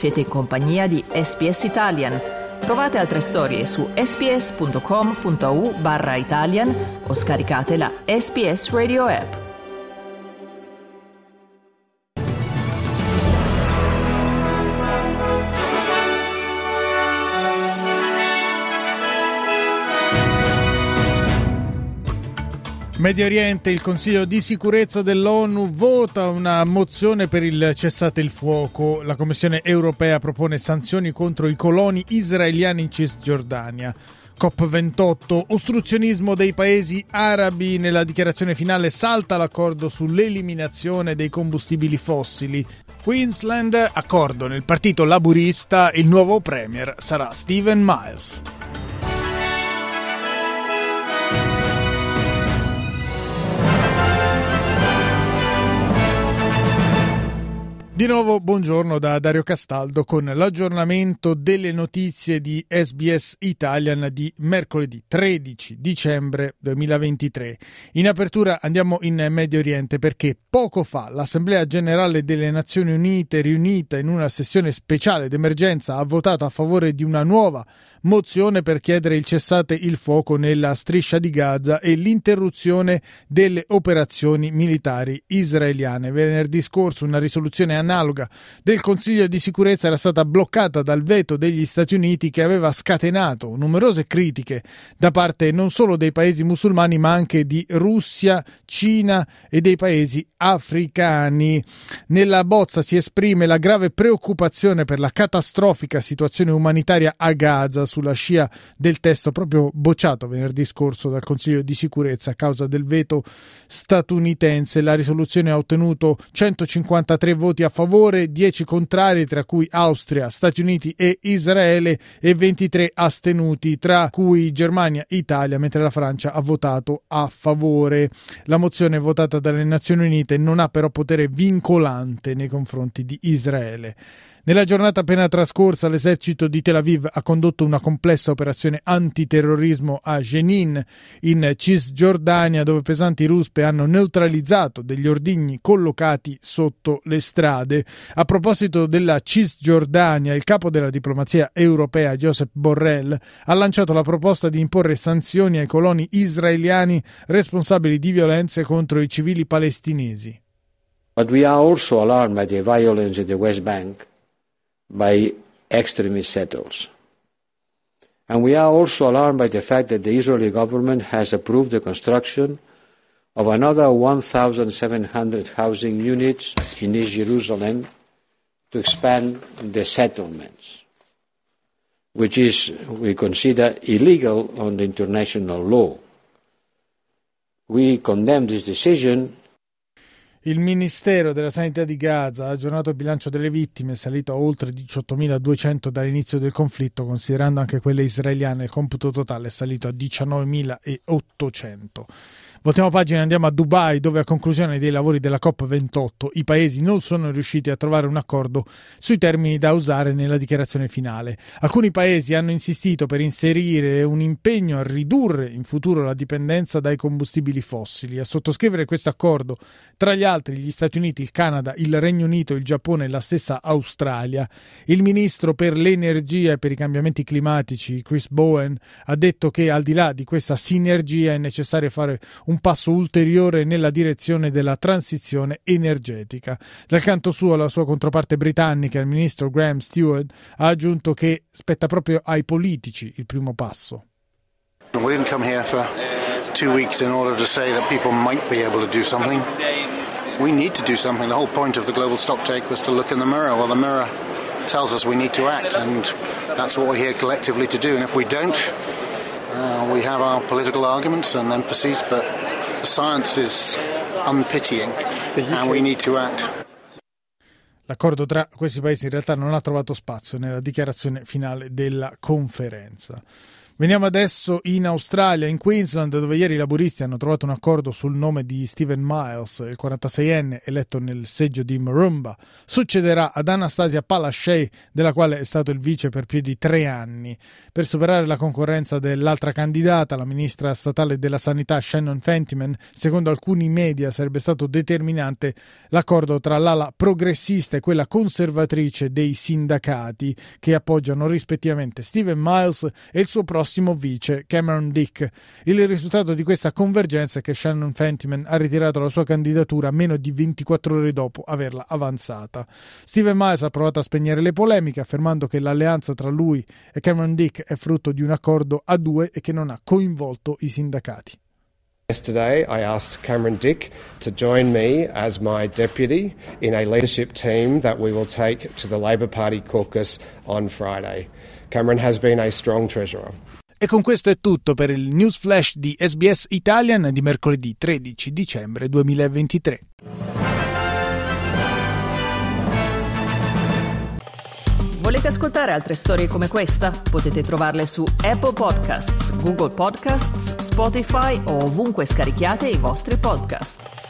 Siete in compagnia di SBS Italian. Trovate altre storie su sbs.com.au/Italian o scaricate la SBS Radio app. Medio Oriente, il Consiglio di sicurezza dell'ONU vota una mozione per il cessate il fuoco. La Commissione europea propone sanzioni contro i coloni israeliani in Cisgiordania. COP28, ostruzionismo dei paesi arabi. Nella dichiarazione finale salta l'accordo sull'eliminazione dei combustibili fossili. Queensland, accordo nel partito laburista, il nuovo premier sarà Stephen Miles. Di nuovo buongiorno da Dario Castaldo con l'aggiornamento delle notizie di SBS Italian di mercoledì 13 dicembre 2023. In apertura andiamo in Medio Oriente perché poco fa l'Assemblea Generale delle Nazioni Unite, riunita in una sessione speciale d'emergenza, ha votato a favore di una nuova mozione per chiedere il cessate il fuoco nella striscia di Gaza e l'interruzione delle operazioni militari israeliane. Venerdì scorso una risoluzione analoga del Consiglio di sicurezza era stata bloccata dal veto degli Stati Uniti, che aveva scatenato numerose critiche da parte non solo dei paesi musulmani ma anche di Russia, Cina e dei paesi africani. Nella bozza si esprime la grave preoccupazione per la catastrofica situazione umanitaria a Gaza, sulla scia del testo proprio bocciato venerdì scorso dal Consiglio di sicurezza a causa del veto statunitense. La risoluzione ha ottenuto 153 voti a favore, 10 contrari, tra cui Austria, Stati Uniti e Israele, e 23 astenuti, tra cui Germania e Italia, mentre la Francia ha votato a favore. La mozione votata dalle Nazioni Unite non ha però potere vincolante nei confronti di Israele. Nella giornata appena trascorsa l'esercito di Tel Aviv ha condotto una complessa operazione antiterrorismo a Jenin, in Cisgiordania, dove pesanti ruspe hanno neutralizzato degli ordigni collocati sotto le strade. A proposito della Cisgiordania, il capo della diplomazia europea, Josep Borrell, ha lanciato la proposta di imporre sanzioni ai coloni israeliani responsabili di violenze contro i civili palestinesi. But we are also alarmed by the violence in the West Bank by extremist settlers. And we are also alarmed by the fact that the Israeli government has approved the construction of another 1,700 housing units in East Jerusalem to expand the settlements, which is, we consider, illegal under international law. We condemn this decision. Il Ministero della Sanità di Gaza ha aggiornato il bilancio delle vittime, salito a oltre 18.200 dall'inizio del conflitto, considerando anche quelle israeliane. Il computo totale è salito a 19.800. Voltiamo pagina e andiamo a Dubai, dove a conclusione dei lavori della COP28 i paesi non sono riusciti a trovare un accordo sui termini da usare nella dichiarazione finale. Alcuni paesi hanno insistito per inserire un impegno a ridurre in futuro la dipendenza dai combustibili fossili. A sottoscrivere questo accordo, tra gli altri, gli Stati Uniti, il Canada, il Regno Unito, il Giappone e la stessa Australia. Il ministro per l'energia e per i cambiamenti climatici, Chris Bowen, ha detto che al di là di questa sinergia è necessario fare un passo ulteriore nella direzione della transizione energetica. Dal canto suo, la sua controparte britannica, il ministro Graham Stewart, ha aggiunto che spetta proprio ai politici il primo passo. We didn't come here for 2 weeks in order to say that people might be able to do something. We need to do something. The whole point of the global stocktake was to look in the mirror. Well, the mirror tells us we need to act, and that's what we're here collectively to do. And if we don't, we have our political arguments and emphases, but the science is unpitying, and we need to act. L'accordo tra questi paesi in realtà non ha trovato spazio nella dichiarazione finale della conferenza. Veniamo adesso in Australia, in Queensland, dove ieri i laburisti hanno trovato un accordo sul nome di Stephen Miles, il 46enne eletto nel seggio di Murrumba. Succederà ad Anastasia Palaszczuk, della quale è stato il vice per più di 3 anni. Per superare la concorrenza dell'altra candidata, la ministra statale della sanità Shannon Fentiman, secondo alcuni media sarebbe stato determinante l'accordo tra l'ala progressista e quella conservatrice dei sindacati, che appoggiano rispettivamente Stephen Miles e il suo prossimo vice, Cameron Dick. Il risultato di questa convergenza è che Shannon Fentiman ha ritirato la sua candidatura meno di 24 ore dopo averla avanzata. Stephen Miles ha provato a spegnere le polemiche, affermando che l'alleanza tra lui e Cameron Dick è frutto di un accordo a 2 e che non ha coinvolto i sindacati. Yesterday, I asked Cameron Dick to join me as my deputy in a leadership team that we will take to the Labor Party caucus on Friday. Cameron has been a strong treasurer. E con questo è tutto per il News Flash di SBS Italian di mercoledì 13 dicembre 2023. Volete ascoltare altre storie come questa? Potete trovarle su Apple Podcasts, Google Podcasts, Spotify o ovunque scarichiate i vostri podcast.